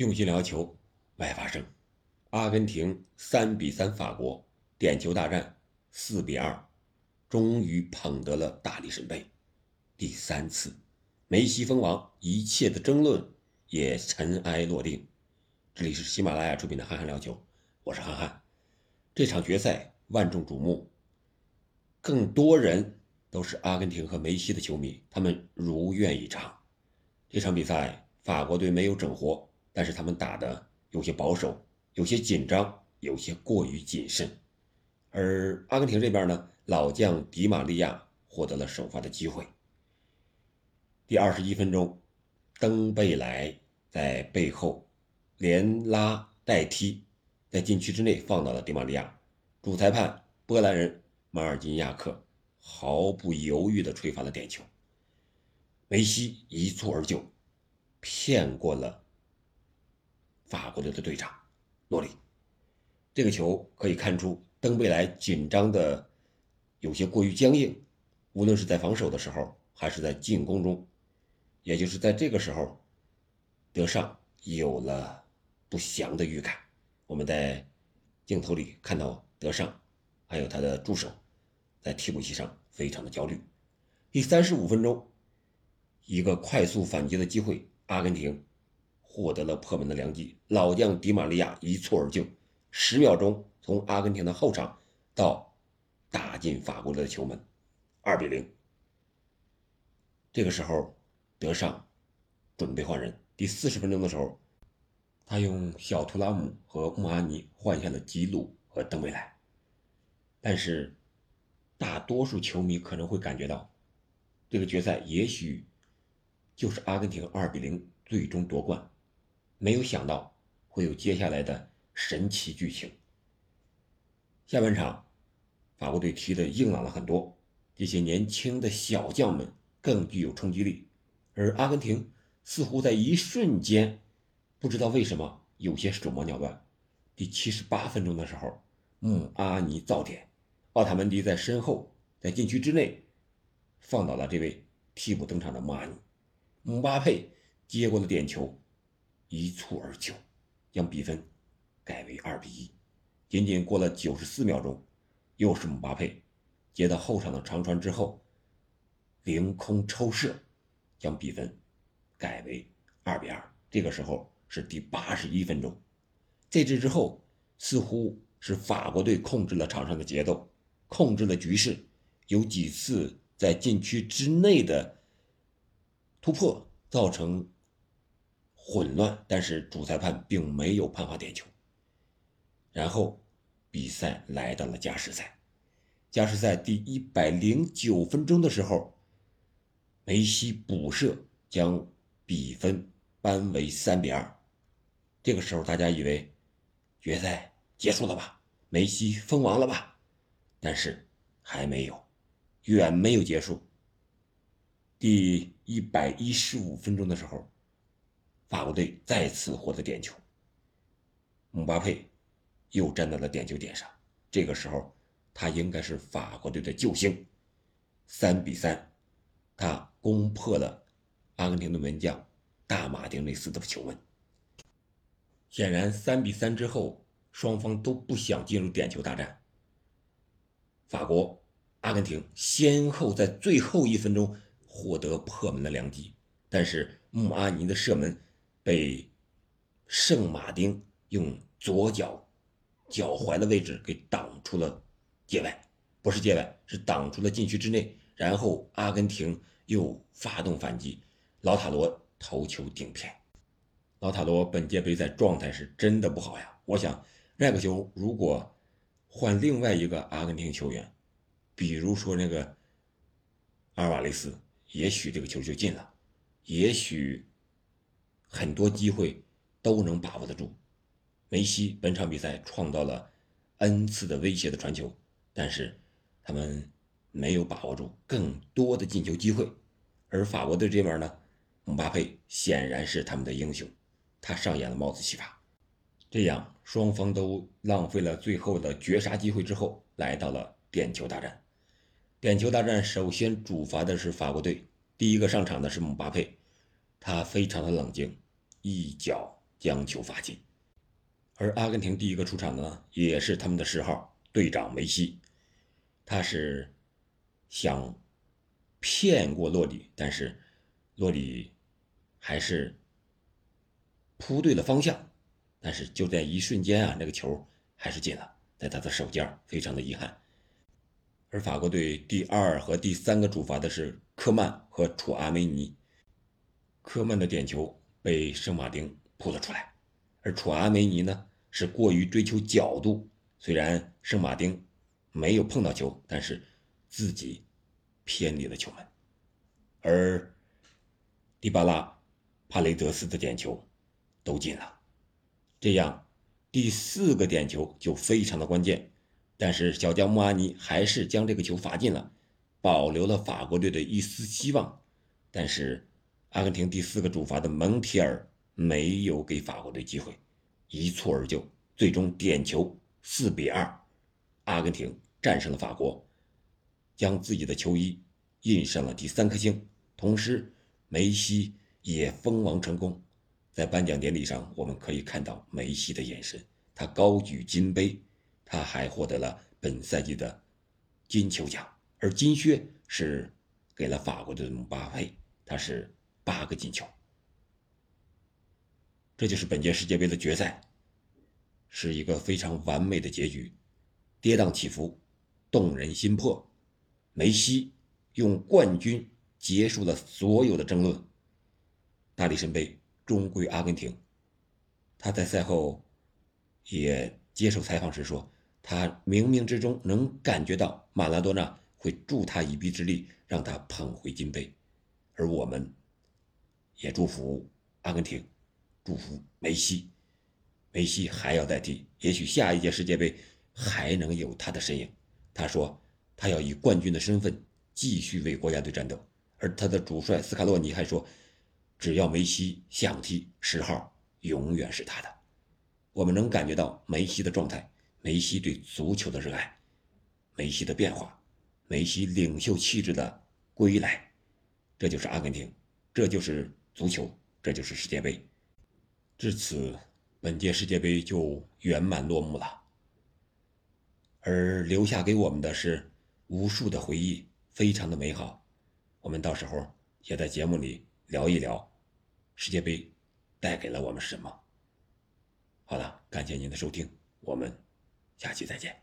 用心聊球，外发生。阿根廷3-3法国，点球大战4-2，终于捧得了大力神杯。第3次，梅西封王，一切的争论也尘埃落定。这里是喜马拉雅出品的憨憨聊球，我是憨憨。这场决赛万众瞩目，更多人都是阿根廷和梅西的球迷，他们如愿以偿。这场比赛，法国队没有整活，但是他们打得有些保守，有些紧张，有些过于谨慎。而阿根廷这边呢，老将迪玛利亚获得了首发的机会。第21分钟，登贝莱在背后连拉带踢，在禁区之内放倒了迪玛利亚。主裁判波兰人马尔金亚克毫不犹豫地吹罚了点球。梅西一蹴而就，骗过了法国队的队长诺里。这个球可以看出登贝莱紧张的有些过于僵硬，无论是在防守的时候还是在进攻中。也就是在这个时候，德尚有了不祥的预感。我们在镜头里看到德尚还有他的助手在替补席上非常的焦虑。第35分钟，一个快速反击的机会，阿根廷获得了破门的良机，老将迪玛利亚一蹴而就，10秒钟从阿根廷的后场到打进法国队的球门，2-0。这个时候德尚准备换人，第40分钟的时候，他用小图拉姆和穆阿尼换下了吉鲁和登贝莱。但是大多数球迷可能会感觉到，这个决赛也许就是阿根廷2-0最终夺冠，没有想到会有接下来的神奇剧情。下半场法国队踢得硬朗了很多，这些年轻的小将们更具有冲击力，而阿根廷似乎在一瞬间不知道为什么有些手忙脚乱。第78分钟的时候，穆阿尼造点，奥塔门迪在身后在禁区之内放倒了这位替补登场的穆阿尼。姆巴佩接过了点球，一蹴而就，将比分改为2-1。仅仅过了94秒钟，又是姆巴佩接到后场的长传之后，凌空抽射，将比分改为2-2。这个时候是第81分钟。这之后，似乎是法国队控制了场上的节奏，控制了局势，有几次在禁区之内的突破造成混乱，但是主裁判并没有判罚点球。然后比赛来到了加时赛。加时赛第109分钟的时候，梅西补射将比分扳为3-2。这个时候大家以为决赛结束了吧，梅西封王了吧？但是还没有，远没有结束。第115分钟的时候，法国队再次获得点球，姆巴佩又站在了点球点上。这个时候他应该是法国队的救星。3-3，他攻破了阿根廷的门将大马丁内斯的球门。显然3-3之后，双方都不想进入点球大战。法国、阿根廷先后在最后1分钟获得破门的良机，但是穆阿尼的射门被圣马丁用左脚脚踝的位置给挡出了界外，不是界外，是挡出了禁区之内。然后阿根廷又发动反击，老塔罗头球顶片。老塔罗本届杯赛状态是真的不好呀，我想那个球如果换另外一个阿根廷球员，比如说那个阿尔瓦雷斯，也许这个球就进了，也许很多机会都能把握得住。梅西本场比赛创造了 N 次的威胁的传球，但是他们没有把握住更多的进球机会。而法国队这边呢，姆巴佩显然是他们的英雄，他上演了帽子戏法。这样双方都浪费了最后的绝杀机会之后，来到了点球大战。点球大战首先主罚的是法国队，第一个上场的是姆巴佩，他非常的冷静，一脚将球罚进。而阿根廷第一个出场的呢，也是他们的10号队长梅西，他是想骗过洛里，但是洛里还是扑对了方向，但是就在一瞬间啊，那个球还是进了，在他的手尖，非常的遗憾。而法国队第2和第3个主罚的是科曼和楚阿梅尼，科曼的点球被圣马丁扑了出来，而楚阿梅尼呢是过于追求角度，虽然圣马丁没有碰到球，但是自己偏离了球门，而迪巴拉、帕雷德斯的点球都进了，这样第4个点球就非常的关键，但是小将穆阿尼还是将这个球罚进了，保留了法国队的一丝希望。但是阿根廷第4个主罚的蒙铁尔没有给法国队机会，一蹴而就，最终点球4-2，阿根廷战胜了法国，将自己的球衣印上了第3颗星，同时梅西也封王成功。在颁奖典礼上，我们可以看到梅西的眼神，他高举金杯，他还获得了本赛季的金球奖，而金靴是给了法国队的姆巴佩，他是8个进球。这就是本届世界杯的决赛，是一个非常完美的结局，跌宕起伏，动人心魄。梅西用冠军结束了所有的争论，大力神杯终归阿根廷。他在赛后也接受采访时说，他冥冥之中能感觉到马拉多纳会助他一臂之力，让他捧回金杯。而我们也祝福阿根廷，祝福梅西，梅西还要再踢，也许下一届世界杯还能有他的身影。他说他要以冠军的身份继续为国家队战斗，而他的主帅斯卡洛尼还说，只要梅西想踢10号永远是他的。我们能感觉到梅西的状态，梅西对足球的热爱，梅西的变化，梅西领袖气质的归来。这就是阿根廷，这就是足球，这就是世界杯。至此，本届世界杯就圆满落幕了，而留下给我们的是无数的回忆，非常的美好。我们到时候也在节目里聊一聊世界杯带给了我们什么。好了，感谢您的收听，我们下期再见。